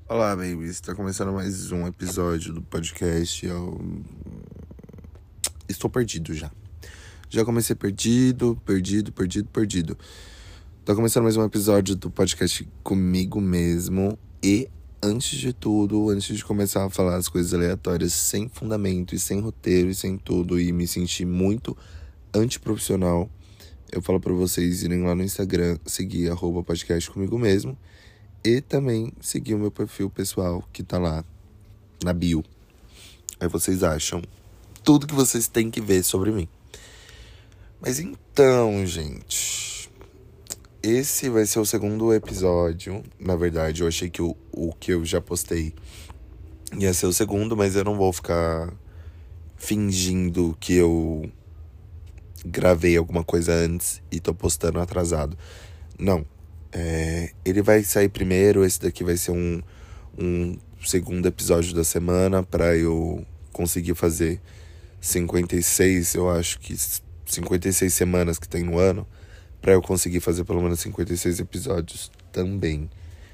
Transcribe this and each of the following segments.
Olá, babies. Está começando mais um episódio do podcast. Eu estou perdido já. Já comecei perdido. Tá começando mais um episódio do podcast comigo mesmo. E, antes de tudo, antes de começar a falar as coisas aleatórias, sem fundamento e sem roteiro e sem tudo, e me sentir muito antiprofissional, eu falo pra vocês irem lá no Instagram, seguir @podcast comigo mesmo. E também seguir o meu perfil pessoal, que tá lá na bio. Aí vocês acham tudo que vocês têm que ver sobre mim. Mas então, gente, esse vai ser o segundo episódio. Na verdade, eu achei que o que eu já postei ia ser o segundo, mas eu não vou ficar fingindo que eu gravei alguma coisa antes e tô postando atrasado. Não. Ele vai sair primeiro. Esse daqui vai ser um segundo episódio da semana pra eu conseguir fazer 56, eu acho que 56 semanas que tem no ano, pra eu conseguir fazer pelo menos 56 episódios também.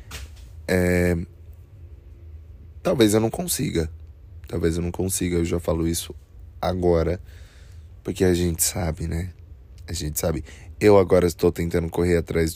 Talvez eu não consiga. Eu já falo isso agora, porque a gente sabe, né? A gente sabe. Eu agora estou tentando correr atrás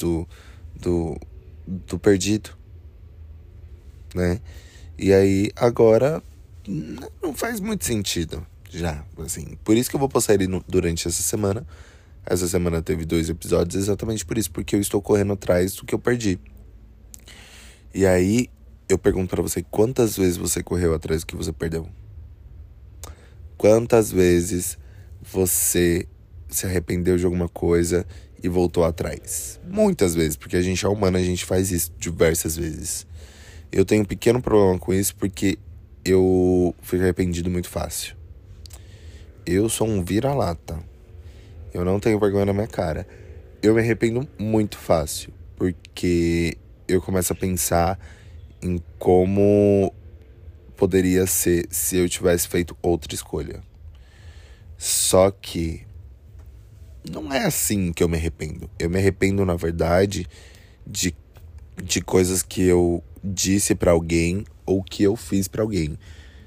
do perdido, né? E aí, agora, não faz muito sentido já, assim. Por isso que eu vou postar ele durante essa semana. Essa semana teve 2 episódios exatamente por isso, porque eu estou correndo atrás do que eu perdi. E aí, eu pergunto pra você, quantas vezes você correu atrás do que você perdeu? Quantas vezes você se arrependeu de alguma coisa e voltou atrás? Muitas vezes, porque a gente é humano, a gente faz isso diversas vezes. Eu tenho um pequeno problema com isso porque eu fico arrependido muito fácil. Eu sou um vira-lata. Eu não tenho vergonha na minha cara. Eu me arrependo muito fácil, porque eu começo a pensar em como poderia ser se eu tivesse feito outra escolha. Só que não é assim que eu me arrependo. Eu me arrependo, na verdade, de, de coisas que eu disse pra alguém ou que eu fiz pra alguém.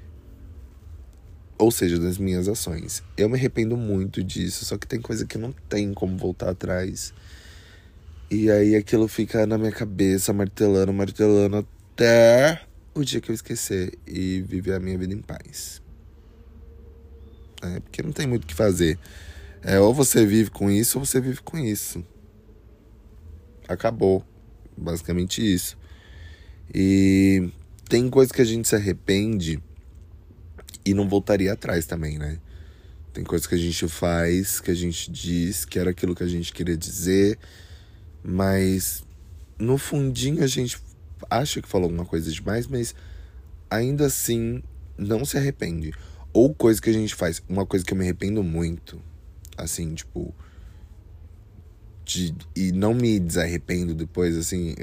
Ou seja, das minhas ações. Eu me arrependo muito disso, só que tem coisa que não tem como voltar atrás. E aí aquilo fica na minha cabeça, martelando até o dia que eu esquecer e viver a minha vida em paz. Porque não tem muito o que fazer. Ou você vive com isso ou você vive com isso. Acabou. Basicamente isso. E tem coisa que a gente se arrepende e não voltaria atrás também, né? Tem coisa que a gente faz, que a gente diz que era aquilo que a gente queria dizer, mas no fundinho a gente acha que falou alguma coisa demais, mas ainda assim não se arrepende. Ou coisa que a gente faz, uma coisa que eu me arrependo muito, assim, tipo, e não me desarrependo depois, assim,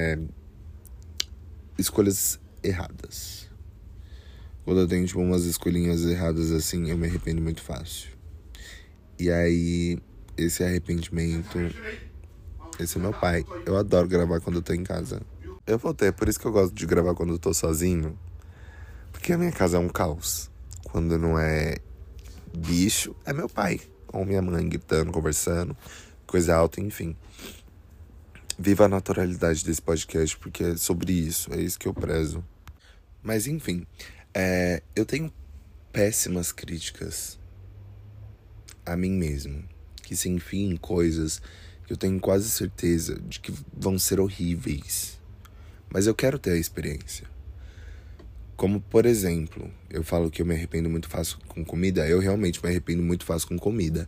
escolhas erradas. Quando eu tenho, tipo, umas escolhinhas erradas, assim, eu me arrependo muito fácil. E aí, esse arrependimento, esse é meu pai. Eu adoro gravar quando eu tô em casa. Eu voltei, é por isso que eu gosto de gravar quando eu tô sozinho. Porque a minha casa é um caos. Quando não é bicho, é meu pai. Ou minha mãe gritando, conversando, coisa alta, enfim. Viva a naturalidade desse podcast, porque é sobre isso, é isso que eu prezo. Mas enfim, eu tenho péssimas críticas a mim mesmo, que se enfim em coisas que eu tenho quase certeza de que vão ser horríveis. Mas eu quero ter a experiência. Como, por exemplo, eu falo que eu me arrependo muito fácil com comida. Eu realmente me arrependo muito fácil com comida.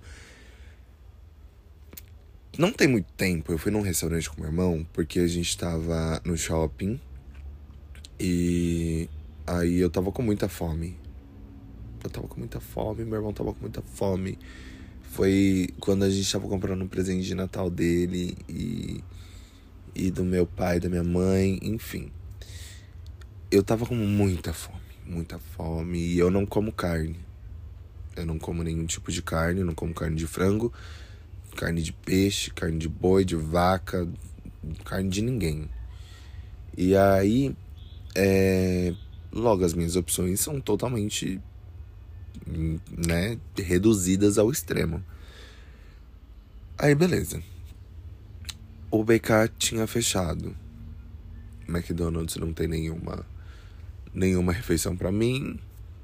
Não tem muito tempo, eu fui num restaurante com meu irmão, porque a gente tava no shopping e aí eu tava com muita fome. Meu irmão tava com muita fome. Foi quando a gente tava comprando um presente de Natal dele e do meu pai, da minha mãe, enfim. Eu tava com muita fome, e eu não como carne. Eu não como nenhum tipo de carne, eu não como carne de frango, carne de peixe, carne de boi, de vaca, carne de ninguém. E aí, Logo, as minhas opções são totalmente, né, reduzidas ao extremo. Aí, beleza. O BK tinha fechado. McDonald's não tem nenhuma refeição pra mim.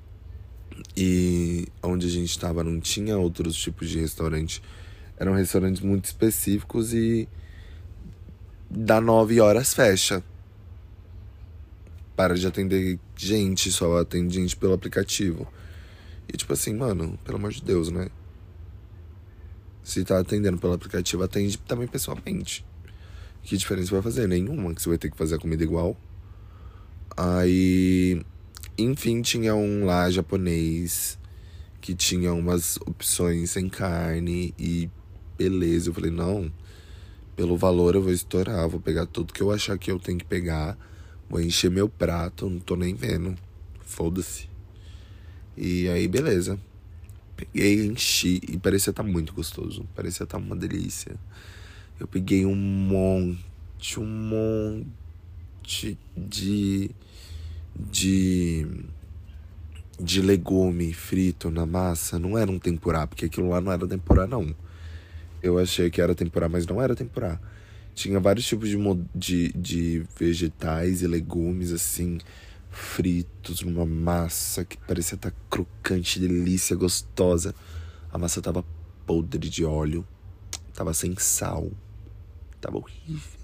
E onde a gente tava não tinha outros tipos de restaurante. Eram restaurantes muito específicos e dá 9 horas fecha. Para de atender gente, só atende gente pelo aplicativo. E tipo assim, mano, pelo amor de Deus, né? Se tá atendendo pelo aplicativo, atende também pessoalmente. Que diferença vai fazer? Nenhuma, que você vai ter que fazer a comida igual. Aí, enfim, tinha um lá japonês que tinha umas opções sem carne e beleza. Eu falei, não, pelo valor eu vou estourar, vou pegar tudo que eu achar que eu tenho que pegar, vou encher meu prato, não tô nem vendo. Foda-se. E aí, beleza. Peguei, enchi e parecia estar muito gostoso. Parecia estar uma delícia. Eu peguei um monte de legume frito na massa. Não era um tempurá, porque aquilo lá não era tempurá, não. Eu achei que era tempurá, mas não era tempurá. Tinha vários tipos de vegetais e legumes, assim, fritos numa massa que parecia estar crocante, delícia, gostosa. A massa tava podre de óleo, tava sem sal, tava horrível.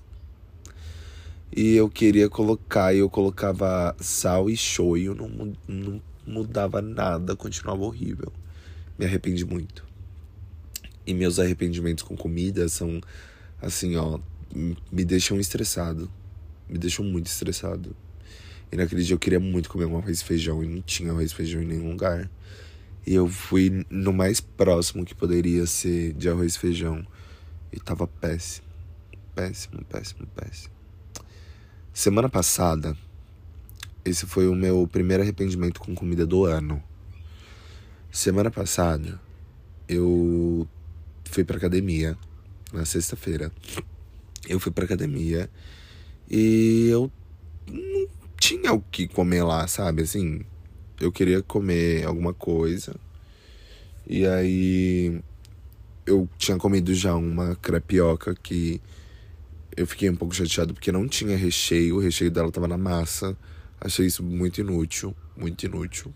E eu queria colocar, e eu colocava sal e shoyu, não mudava nada, continuava horrível. Me arrependi muito. E meus arrependimentos com comida são, assim, ó, me deixam estressado. Me deixam muito estressado. E naquele dia eu queria muito comer um arroz e feijão e não tinha arroz e feijão em nenhum lugar. E eu fui no mais próximo que poderia ser de arroz e feijão. E tava péssimo. Péssimo, péssimo, péssimo. Semana passada, esse foi o meu primeiro arrependimento com comida do ano. Semana passada, eu fui pra academia, na sexta-feira. Eu fui pra academia e eu não tinha o que comer lá, sabe? Assim, eu queria comer alguma coisa. E aí, eu tinha comido já uma crepioca que eu fiquei um pouco chateado porque não tinha recheio. O recheio dela tava na massa. Achei isso muito inútil. Muito inútil.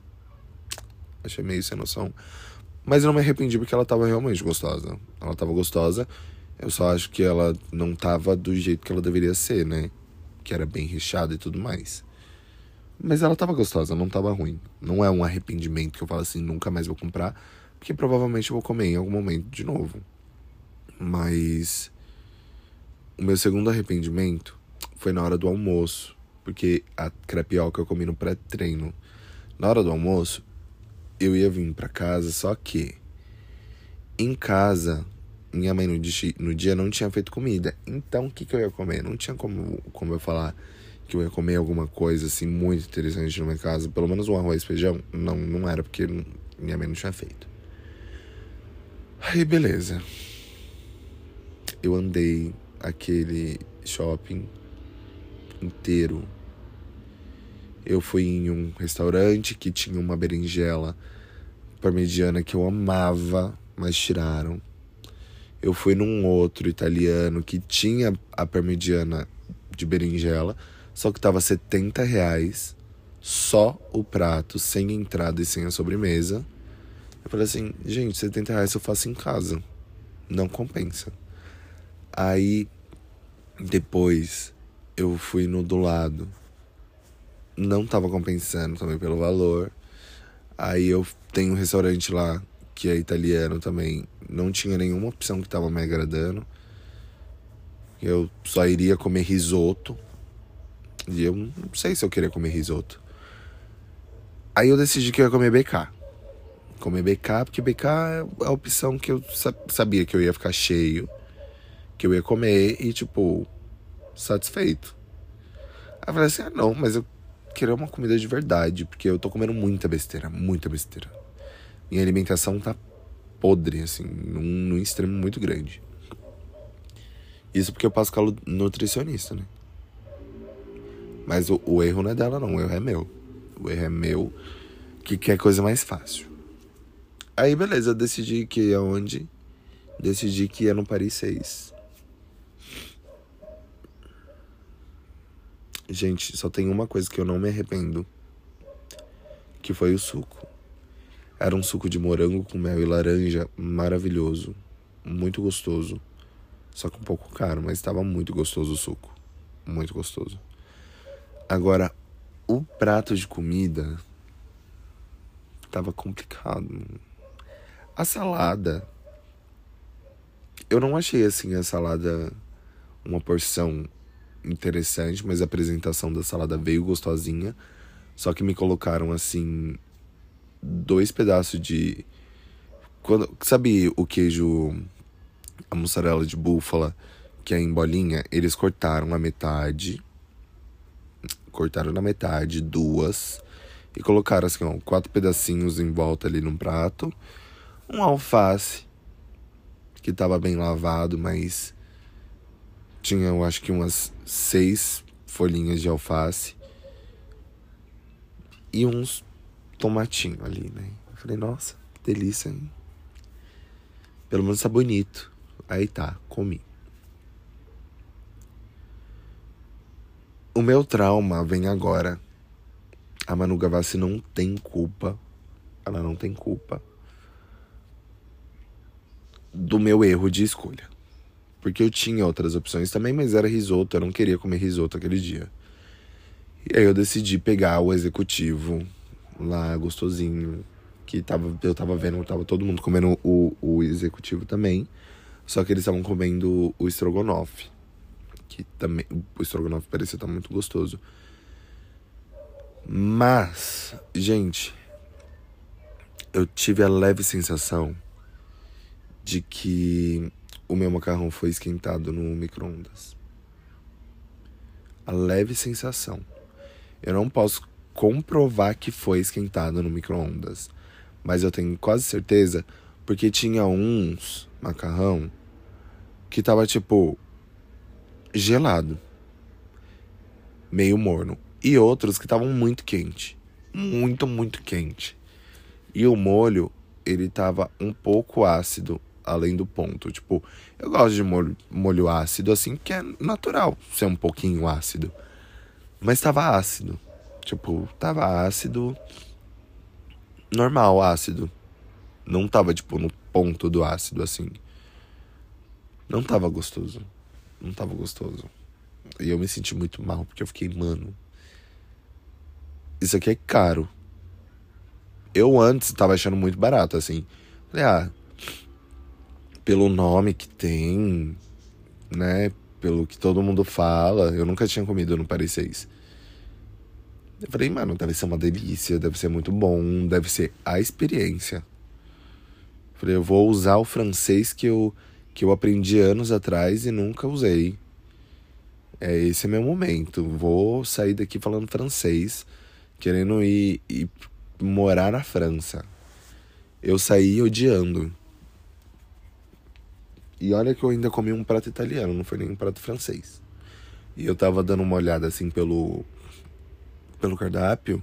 Achei meio sem noção. Mas eu não me arrependi porque ela tava realmente gostosa. Ela tava gostosa. Eu só acho que ela não tava do jeito que ela deveria ser, né? Que era bem recheada e tudo mais. Mas ela tava gostosa, não tava ruim. Não é um arrependimento que eu falo assim, nunca mais vou comprar. Porque provavelmente eu vou comer em algum momento de novo. Mas o meu segundo arrependimento foi na hora do almoço. Porque a crepioca eu comi no pré-treino. Na hora do almoço, eu ia vir pra casa, só que em casa, minha mãe no dia não tinha feito comida. Então, o que eu ia comer? Não tinha como eu falar que eu ia comer alguma coisa, assim, muito interessante na minha casa. Pelo menos um arroz e feijão. Não era, porque minha mãe não tinha feito. Aí, beleza. Eu andei aquele shopping inteiro. Eu fui em um restaurante que tinha uma berinjela parmegiana que eu amava, mas tiraram. Eu fui num outro italiano que tinha a parmegiana de berinjela, só que tava R$ 70, só o prato, sem entrada e sem a sobremesa. Eu falei assim, gente, R$ 70 eu faço em casa, não compensa. Aí, depois, eu fui no do lado. Não tava compensando também pelo valor. Aí eu tenho um restaurante lá que é italiano também. Não tinha nenhuma opção que tava me agradando. Eu só iria comer risoto. E eu não sei se eu queria comer risoto. Aí eu decidi que eu ia comer BK. Comer BK, porque BK é a opção que eu sabia que eu ia ficar cheio, que eu ia comer e, tipo, satisfeito. Aí eu falei assim, não, mas eu queria uma comida de verdade, porque eu tô comendo muita besteira, muita besteira. Minha alimentação tá podre, assim, num extremo muito grande. Isso porque eu passo com a nutricionista, né? Mas o erro não é dela, não. O erro é meu. O erro é meu, que quer coisa mais fácil. Aí, beleza, eu decidi que ia onde? Decidi que ia no Paris 6. Gente, só tem uma coisa que eu não me arrependo, que foi o suco. Era um suco de morango com mel e laranja maravilhoso. Muito gostoso. Só que um pouco caro, mas estava muito gostoso o suco. Muito gostoso. Agora, o prato de comida tava complicado. A salada, eu não achei assim a salada uma porção interessante, mas a apresentação da salada veio gostosinha. Só que me colocaram assim 2 pedaços de sabe o queijo, a mussarela de búfala, que é em bolinha? Eles cortaram na metade, 2, e colocaram assim, ó, 4 pedacinhos em volta ali num prato. Um alface, que tava bem lavado, mas tinha, eu acho que umas 6 folhinhas de alface. E uns tomatinhos ali, né? Eu falei, nossa, que delícia, hein? Pelo menos tá bonito. Aí tá, comi. O meu trauma vem agora. A Manu Gavassi não tem culpa. Ela não tem culpa do meu erro de escolha. Porque eu tinha outras opções também, mas era risoto. Eu não queria comer risoto aquele dia. E aí eu decidi pegar o executivo lá, gostosinho. Eu tava vendo, tava todo mundo comendo o executivo também. Só que eles estavam comendo o estrogonofe. Que também, o estrogonofe parecia estar muito gostoso. Mas, gente, eu tive a leve sensação de que o meu macarrão foi esquentado no micro-ondas. A leve sensação. Eu não posso comprovar que foi esquentado no micro-ondas, mas eu tenho quase certeza, porque tinha uns macarrão que tava tipo gelado, meio morno, e outros que estavam muito quente, muito quente. E o molho, ele tava um pouco ácido, além do ponto. Tipo, eu gosto de molho ácido assim, porque é natural ser um pouquinho ácido. Mas tava ácido. Tipo, tava ácido. Normal, ácido. Não tava, tipo, no ponto do ácido, assim. Não tava gostoso. Não tava gostoso. E eu me senti muito mal, porque eu fiquei, mano, isso aqui é caro. Eu antes tava achando muito barato, assim. Falei, pelo nome que tem, né? Pelo que todo mundo fala. Eu nunca tinha comido no Paris 6. Eu falei, mano, deve ser uma delícia, deve ser muito bom, deve ser a experiência. Falei, eu vou usar o francês que eu aprendi anos atrás e nunca usei. Esse é meu momento. Vou sair daqui falando francês, querendo ir morar na França. Eu saí odiando. E olha que eu ainda comi um prato italiano, não foi nem um prato francês. E eu tava dando uma olhada assim pelo cardápio.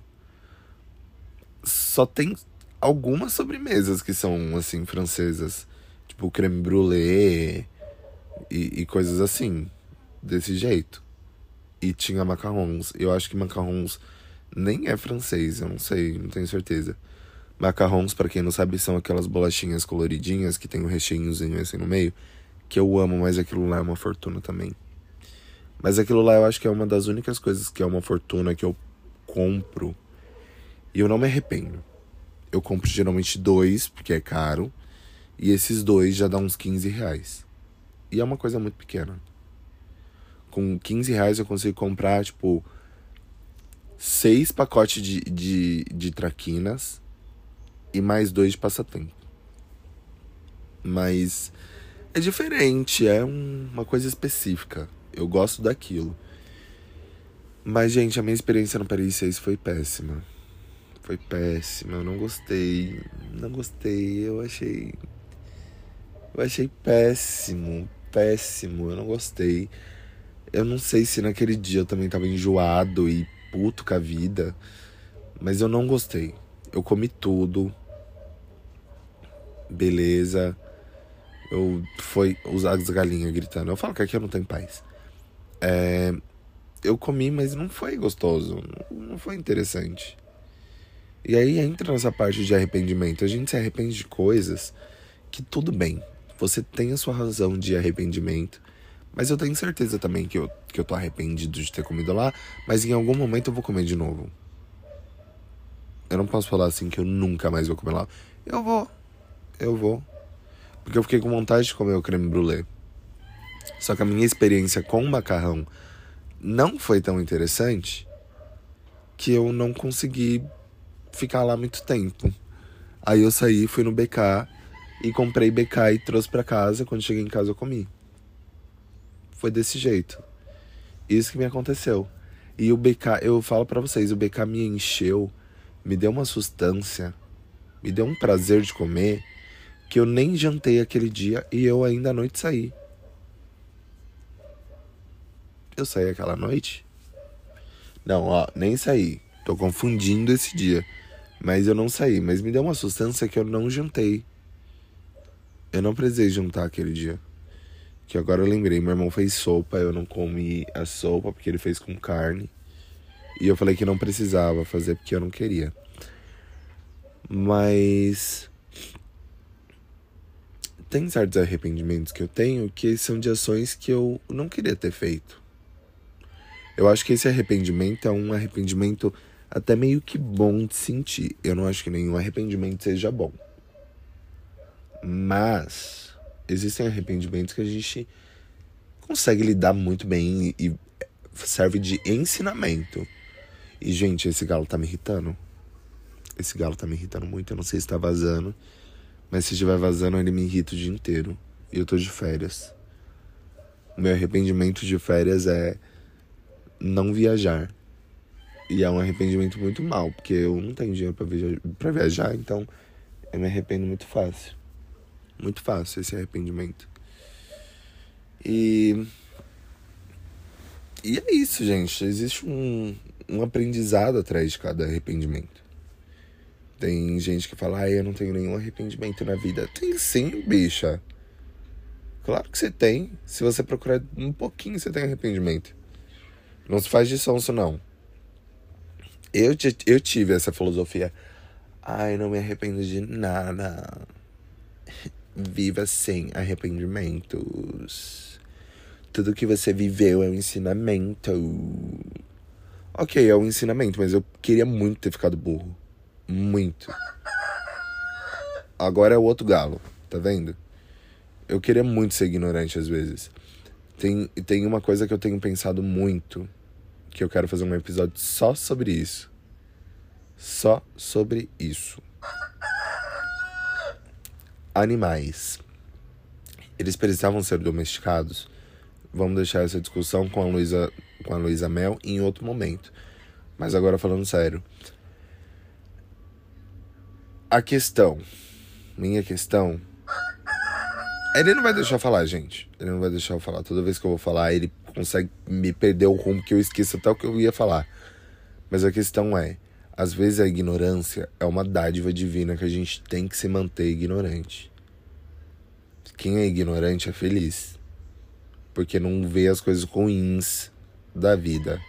Só tem algumas sobremesas que são assim francesas, tipo creme brulee e coisas assim, desse jeito. E tinha macarrons. Eu acho que macarrons nem é francês, eu não sei, não tenho certeza. Macarrons, pra quem não sabe, são aquelas bolachinhas coloridinhas que tem um recheiozinho assim no meio, que eu amo, mas aquilo lá é uma fortuna também. Mas aquilo lá eu acho que é uma das únicas coisas que é uma fortuna que eu compro e eu não me arrependo. Eu compro geralmente 2, porque é caro, e esses 2 já dá uns R$ 15. E é uma coisa muito pequena. Com R$ 15 eu consigo comprar, tipo, 6 pacotes de traquinas e mais 2 de passatempo. Mas é diferente, é uma coisa específica. Eu gosto daquilo. Mas, gente, a minha experiência no Paris 6 foi péssima. Foi péssima, eu não gostei. Não gostei, eu achei péssimo, péssimo, eu não gostei. Eu não sei se naquele dia eu também tava enjoado e puto com a vida, mas eu não gostei. Eu comi tudo, beleza. Foi as galinhas gritando. Eu falo que aqui eu não tenho paz. Eu comi, mas não foi gostoso. Não foi interessante. E aí entra nessa parte de arrependimento. A gente se arrepende de coisas que tudo bem. Você tem a sua razão de arrependimento. Mas eu tenho certeza também que eu tô arrependido de ter comido lá. Mas em algum momento eu vou comer de novo. Eu não posso falar assim que eu nunca mais vou comer lá. Eu vou. Porque eu fiquei com vontade de comer o creme brulee. Só que a minha experiência com o macarrão não foi tão interessante que eu não consegui ficar lá muito tempo. Aí eu saí, fui no BK e comprei BK e trouxe pra casa. Quando cheguei em casa eu comi. Foi desse jeito. Isso que me aconteceu. E o BK, eu falo pra vocês, o BK me encheu, me deu uma sustância, me deu um prazer de comer, que eu nem jantei aquele dia e eu ainda à noite saí. Eu saí aquela noite? Não, ó, nem saí. Tô confundindo esse dia. Mas eu não saí. Mas me deu uma sustância que eu não jantei. Eu não precisei jantar aquele dia. Que agora eu lembrei, meu irmão fez sopa, eu não comi a sopa porque ele fez com carne. E eu falei que não precisava fazer porque eu não queria. Mas tem certos arrependimentos que eu tenho que são de ações que eu não queria ter feito. Eu acho que esse arrependimento é um arrependimento até meio que bom de sentir. Eu não acho que nenhum arrependimento seja bom. Mas existem arrependimentos que a gente consegue lidar muito bem e serve de ensinamento. E, gente, esse galo tá me irritando. Esse galo tá me irritando muito. Eu não sei se tá vazando. Mas se estiver vazando, ele me irrita o dia inteiro. E eu tô de férias. O meu arrependimento de férias é não viajar. E é um arrependimento muito mal, porque eu não tenho dinheiro pra viajar, então eu me arrependo muito fácil. Muito fácil esse arrependimento. E é isso, gente. Existe um aprendizado atrás de cada arrependimento. Tem gente que fala, eu não tenho nenhum arrependimento na vida. Tem sim, bicha. Claro que você tem. Se você procurar um pouquinho, você tem arrependimento. Não se faz de sonso, não. Eu tive essa filosofia. Não me arrependo de nada. Viva sem arrependimentos. Tudo que você viveu é um ensinamento. Ok, é um ensinamento, mas eu queria muito ter ficado burro. Muito. Agora é o outro galo, tá vendo? Eu queria muito ser ignorante às vezes. Tem uma coisa que eu tenho pensado muito, que eu quero fazer um episódio só sobre isso. Só sobre isso. Animais. Eles precisavam ser domesticados? Vamos deixar essa discussão com a Luísa Mel em outro momento. Mas agora falando sério. Minha questão... Ele não vai deixar eu falar, gente. Ele não vai deixar eu falar. Toda vez que eu vou falar, ele consegue me perder o rumo que eu esqueço até o que eu ia falar. Mas a questão é, às vezes a ignorância é uma dádiva divina que a gente tem que se manter ignorante. Quem é ignorante é feliz. Porque não vê as coisas ruins da vida.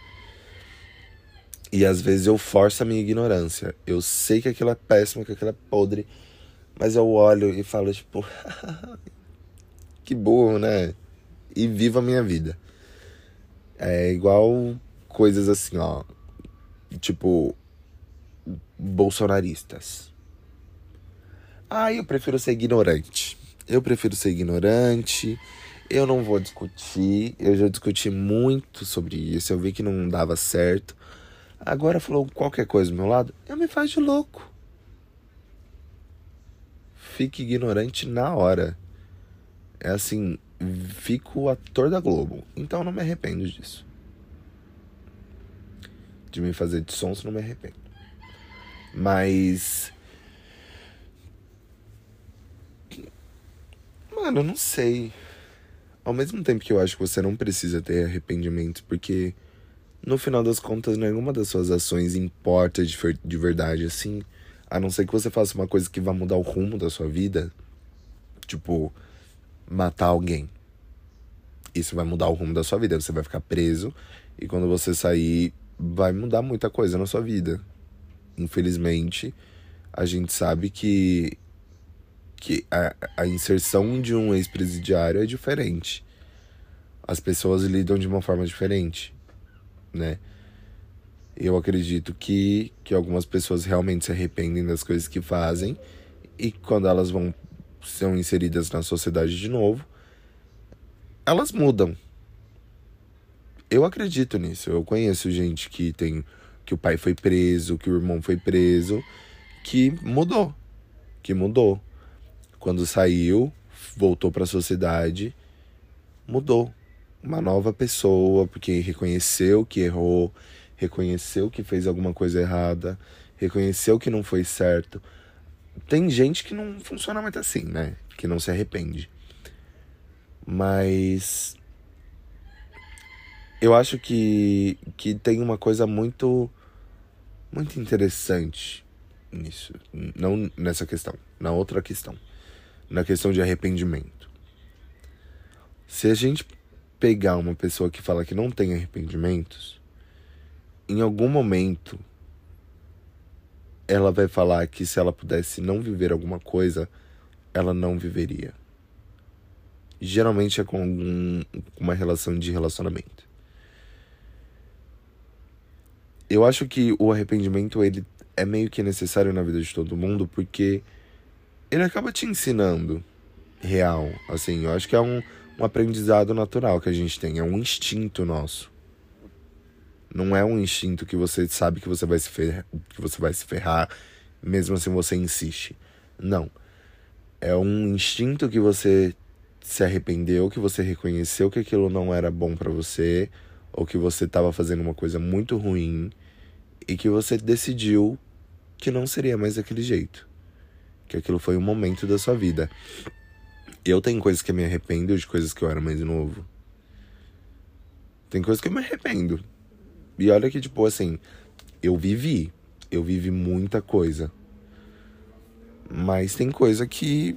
E às vezes eu forço a minha ignorância. Eu sei que aquilo é péssimo, que aquilo é podre. Mas eu olho e falo, tipo... que burro, né? E vivo a minha vida. É igual coisas assim, ó. Tipo... bolsonaristas. Eu prefiro ser ignorante. Eu não vou discutir. Eu já discuti muito sobre isso. Eu vi que não dava certo. Agora falou qualquer coisa do meu lado, eu me faz de louco. Fique ignorante na hora. É assim, fico ator da Globo. Então eu não me arrependo disso. De me fazer de sonso, não me arrependo. Mas... mano, eu não sei. Ao mesmo tempo que eu acho que você não precisa ter arrependimento, porque no final das contas nenhuma das suas ações importa de verdade, assim. A não ser que você faça uma coisa que vá mudar o rumo da sua vida. Tipo, matar alguém. Isso vai mudar o rumo da sua vida. Você vai ficar preso. E quando você sair, vai mudar muita coisa na sua vida. Infelizmente, a gente sabe que a inserção de um ex-presidiário é diferente. As pessoas lidam de uma forma diferente, né? Eu acredito que algumas pessoas realmente se arrependem das coisas que fazem. E quando elas são inseridas na sociedade de novo, elas mudam. Eu acredito nisso. Eu conheço gente que o pai foi preso, que o irmão foi preso, que mudou. Quando saiu, voltou para a sociedade, mudou. Uma nova pessoa, porque reconheceu que errou, reconheceu que fez alguma coisa errada, reconheceu que não foi certo. Tem gente que não funciona muito assim, né? Que não se arrepende. Mas eu acho que tem uma coisa muito interessante nisso. Não nessa questão, na outra questão. Na questão de arrependimento. Se a gente pegar uma pessoa que fala que não tem arrependimentos, em algum momento ela vai falar que se ela pudesse não viver alguma coisa, ela não viveria. Geralmente é com uma relação de relacionamento. Eu acho que o arrependimento, ele é meio que necessário na vida de todo mundo, porque ele acaba te ensinando real, assim. Eu acho que é um aprendizado natural que a gente tem, é um instinto nosso. Não é um instinto que você sabe que você vai se ferrar, mesmo assim você insiste. Não. É um instinto que você se arrependeu, que você reconheceu que aquilo não era bom pra você, ou que você estava fazendo uma coisa muito ruim, e que você decidiu que não seria mais daquele jeito. Que aquilo foi um momento da sua vida. Eu tenho coisas que eu me arrependo de coisas que eu era mais novo. Tem coisas que eu me arrependo. E olha que, tipo, assim, eu vivi muita coisa. Mas tem coisa que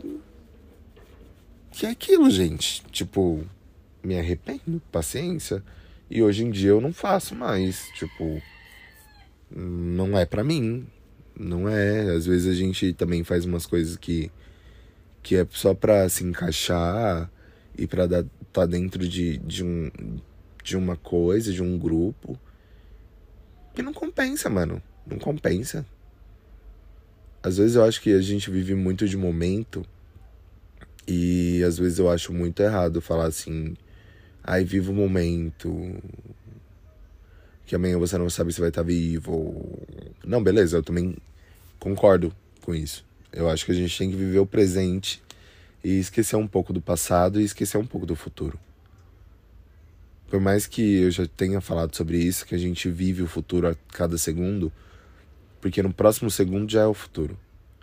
é aquilo, gente. Tipo, me arrependo, paciência. E hoje em dia eu não faço mais. Tipo, não é pra mim. Não é. Às vezes a gente também faz umas coisas que é só pra se encaixar e pra tá dentro de uma coisa, de um grupo. Que não compensa, mano. Não compensa. Às vezes eu acho que a gente vive muito de momento. E às vezes eu acho muito errado falar assim: ai, viva o momento, que amanhã você não sabe se vai estar vivo. Não, beleza, eu também concordo com isso. Eu acho que a gente tem que viver o presente e esquecer um pouco do passado e esquecer um pouco do futuro. Por mais que eu já tenha falado sobre isso, que a gente vive o futuro a cada segundo, porque no próximo segundo já é o futuro.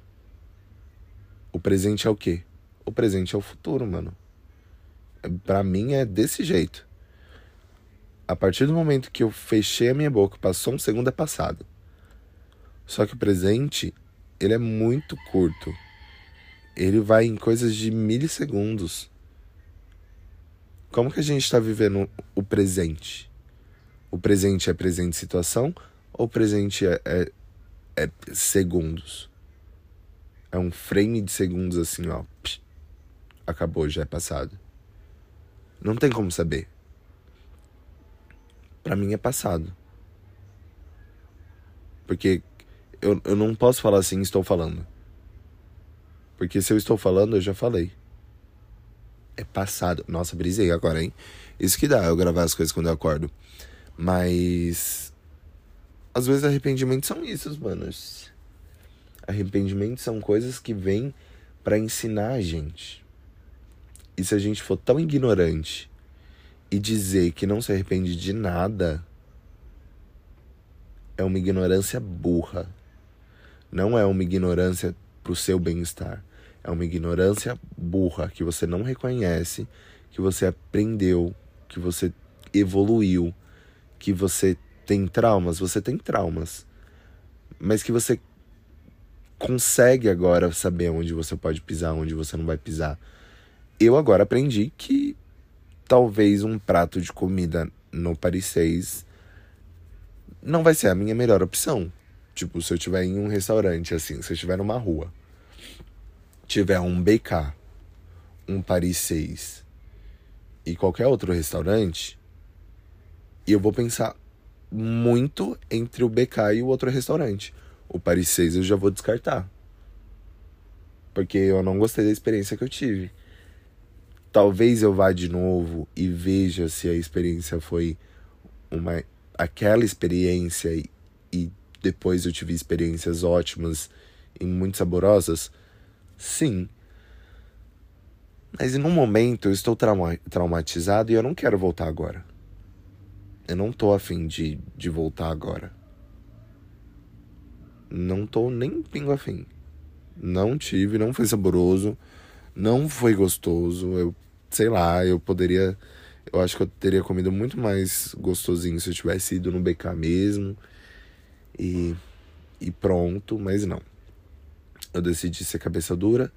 O presente é o quê? O presente é o futuro, mano. Pra mim é desse jeito. A partir do momento que eu fechei a minha boca, passou um segundo, é passado. Só que o presente, ele é muito curto. Ele vai em coisas de milissegundos. Como que a gente tá vivendo o presente? O presente é presente situação ou o presente é segundos? É um frame de segundos assim, ó. Acabou, já é passado. Não tem como saber. Pra mim é passado. Porque eu não posso falar assim, estou falando. Porque se eu estou falando, eu já falei. É passado. Nossa, brisei agora, hein? Isso que dá, eu gravar as coisas quando eu acordo. Mas às vezes arrependimentos são isso, manos. Arrependimentos são coisas que vêm pra ensinar a gente. E se a gente for tão ignorante e dizer que não se arrepende de nada, é uma ignorância burra. Não é uma ignorância pro seu bem-estar. É uma ignorância burra que você não reconhece que você aprendeu, que você evoluiu, que você tem traumas, mas que você consegue agora saber onde você pode pisar, onde você não vai pisar. Eu agora aprendi que talvez um prato de comida no Paris 6 não vai ser a minha melhor opção. Tipo, se eu estiver em um restaurante, assim, se eu estiver numa rua, tiver um BK, um Paris 6 e qualquer outro restaurante, e eu vou pensar muito entre o BK e o outro restaurante. O Paris 6 eu já vou descartar, porque eu não gostei da experiência que eu tive. Talvez eu vá de novo e veja se a experiência foi aquela experiência e depois eu tive experiências ótimas e muito saborosas. Sim. Mas no momento eu estou traumatizado e eu não quero voltar agora. Eu não tô afim de voltar agora. Não tô nem pingo afim. Não tive, não foi saboroso, não foi gostoso. Eu, sei lá, eu acho que eu teria comido muito mais gostosinho se eu tivesse ido no BK mesmo. E pronto, mas não. Eu decidi ser cabeça dura.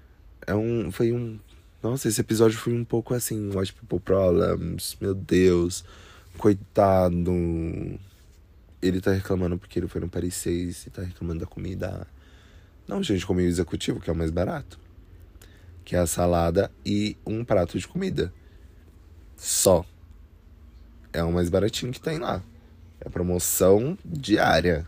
Nossa, esse episódio foi um pouco assim, White People Problems, meu Deus, coitado. Ele tá reclamando porque ele foi no Paris 6 e tá reclamando da comida. Não, gente, comi o executivo, que é o mais barato. Que é a salada e um prato de comida. Só. É o mais baratinho que tem lá. É promoção diária.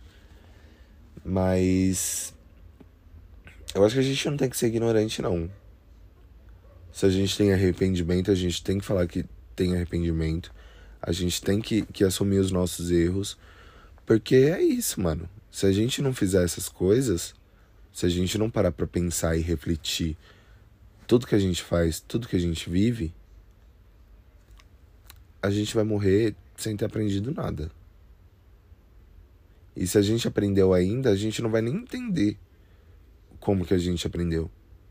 Mas eu acho que a gente não tem que ser ignorante, não. Se a gente tem arrependimento, a gente tem que falar que tem arrependimento. A gente tem que assumir os nossos erros. Porque é isso, mano. Se a gente não fizer essas coisas, se a gente não parar pra pensar e refletir tudo que a gente faz, tudo que a gente vive, a gente vai morrer sem ter aprendido nada. E se a gente aprendeu ainda, a gente não vai nem entender como que a gente aprendeu.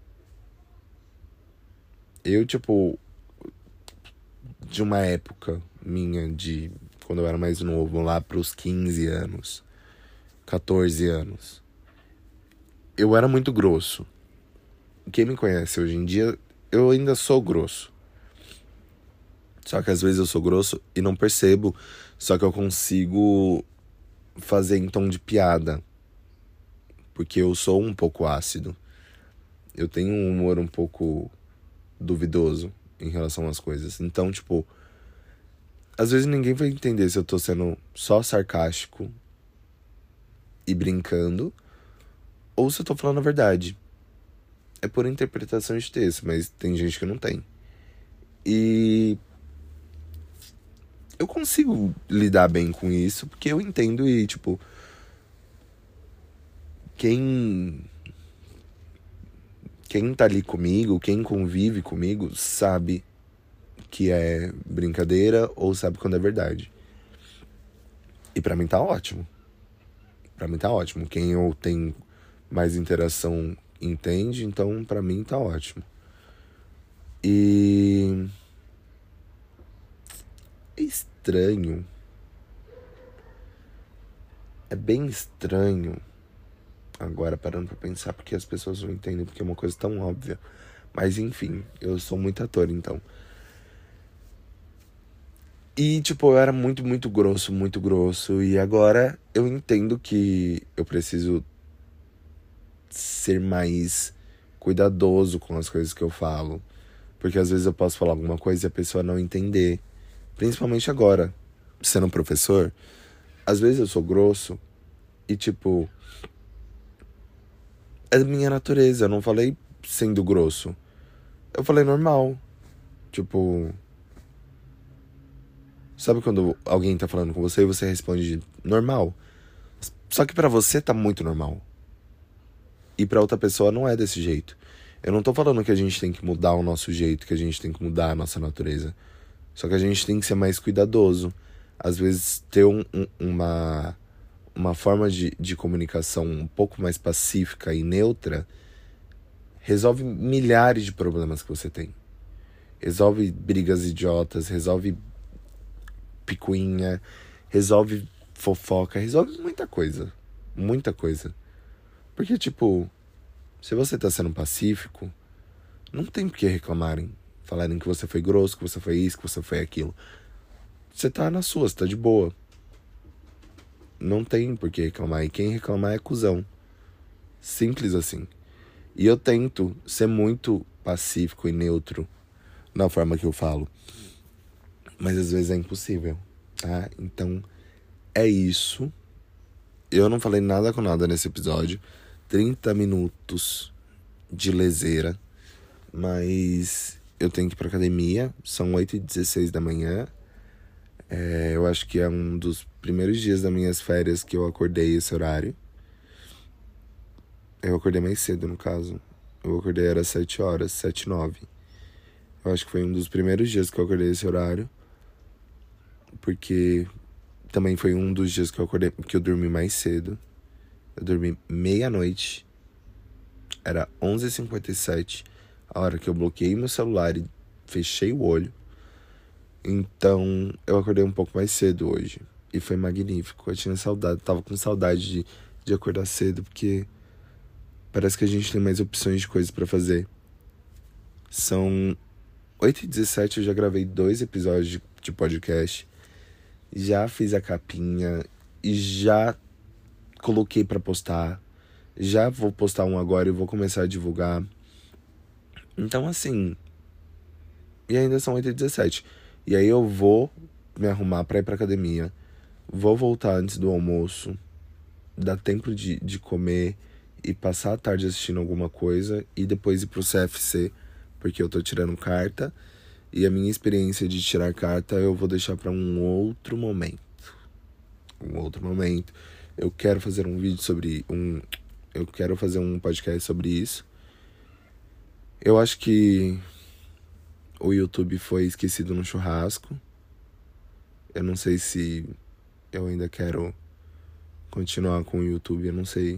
Eu, tipo, de uma época minha, de quando eu era mais novo, lá pros 15 anos, 14 anos, eu era muito grosso. Quem me conhece hoje em dia, eu ainda sou grosso. Só que às vezes eu sou grosso e não percebo, só que eu consigo fazer em tom de piada, porque eu sou um pouco ácido. Eu tenho um humor um pouco duvidoso em relação às coisas. Então, tipo, às vezes ninguém vai entender se eu tô sendo só sarcástico e brincando, ou se eu tô falando a verdade. É por interpretação de texto, mas tem gente que não tem. E eu consigo lidar bem com isso, porque eu entendo e, tipo, quem tá ali comigo, quem convive comigo, sabe que é brincadeira ou sabe quando é verdade. E pra mim tá ótimo. Pra mim tá ótimo. Quem eu tenho mais interação entende, então pra mim tá ótimo. E é estranho. É bem estranho. Agora parando pra pensar, porque as pessoas não entendem, porque é uma coisa tão óbvia. Mas enfim, eu sou muito ator, então. E, tipo, eu era muito, muito grosso, muito grosso. E agora eu entendo que eu preciso ser mais cuidadoso com as coisas que eu falo. Porque às vezes eu posso falar alguma coisa e a pessoa não entender. Principalmente agora, sendo professor. Às vezes eu sou grosso e, tipo, é minha natureza. Eu não falei sendo grosso. Eu falei normal. Tipo, sabe quando alguém tá falando com você e você responde normal? Só que pra você tá muito normal. E pra outra pessoa não é desse jeito. Eu não tô falando que a gente tem que mudar o nosso jeito, que a gente tem que mudar a nossa natureza. Só que a gente tem que ser mais cuidadoso. Às vezes ter uma forma de comunicação um pouco mais pacífica e neutra resolve milhares de problemas que você tem. resolve brigas idiotas, resolve picuinha, resolve fofoca, resolve muita coisa. Muita coisa. Porque, tipo, se você tá sendo pacífico, não tem por que reclamarem. Falarem que você foi grosso, que você foi isso, que você foi aquilo. Você tá na sua, você tá de boa. Não tem por que reclamar. E quem reclamar é cuzão. Simples assim. E eu tento ser muito pacífico e neutro na forma que eu falo. Mas às vezes é impossível, tá? Então, é isso. Eu não falei nada com nada nesse episódio. 30 minutos de leseira. Mas eu tenho que ir pra academia. São 8h16 da manhã. Eu acho que é um dos primeiros dias das minhas férias que eu acordei esse horário. Eu acordei mais cedo, no caso. Eu acordei, era 7 horas, 7h09. Eu acho que foi um dos primeiros dias que eu acordei esse horário. Porque também foi um dos dias que eu acordei, que eu dormi mais cedo. Eu dormi meia-noite. Era 11h57. A hora que eu bloqueei meu celular e fechei o olho. Então, eu acordei um pouco mais cedo hoje. E foi magnífico. Eu tinha saudade, tava com saudade de acordar cedo, porque parece que a gente tem mais opções de coisas pra fazer. São 8h17, eu já gravei 2 episódios de podcast. Já fiz a capinha e já coloquei pra postar. Já vou postar um agora e vou começar a divulgar. Então, assim... E ainda são 8h17. E aí eu vou me arrumar pra ir pra academia. Vou voltar antes do almoço. Dá tempo de comer e passar a tarde assistindo alguma coisa. E depois ir pro CFC, porque eu tô tirando carta. E a minha experiência de tirar carta eu vou deixar pra um outro momento. Eu quero fazer um vídeo sobre eu quero fazer um podcast sobre isso. Eu acho que o YouTube foi esquecido no churrasco. Eu não sei se eu ainda quero continuar com o YouTube, eu não sei.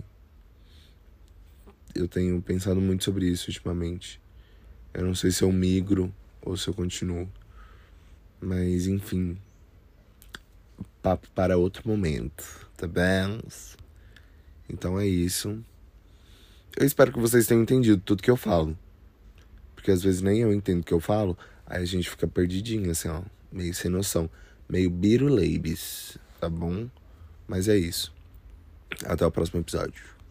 Eu tenho pensado muito sobre isso ultimamente. Eu não sei se eu migro ou se eu continuo. Mas, enfim. Papo para outro momento, tá bem? Então é isso. Eu espero que vocês tenham entendido tudo que eu falo. Porque às vezes nem eu entendo o que eu falo. Aí a gente fica perdidinho, assim, ó. Meio sem noção. Meio biruleibes, tá bom? Mas é isso. Até o próximo episódio.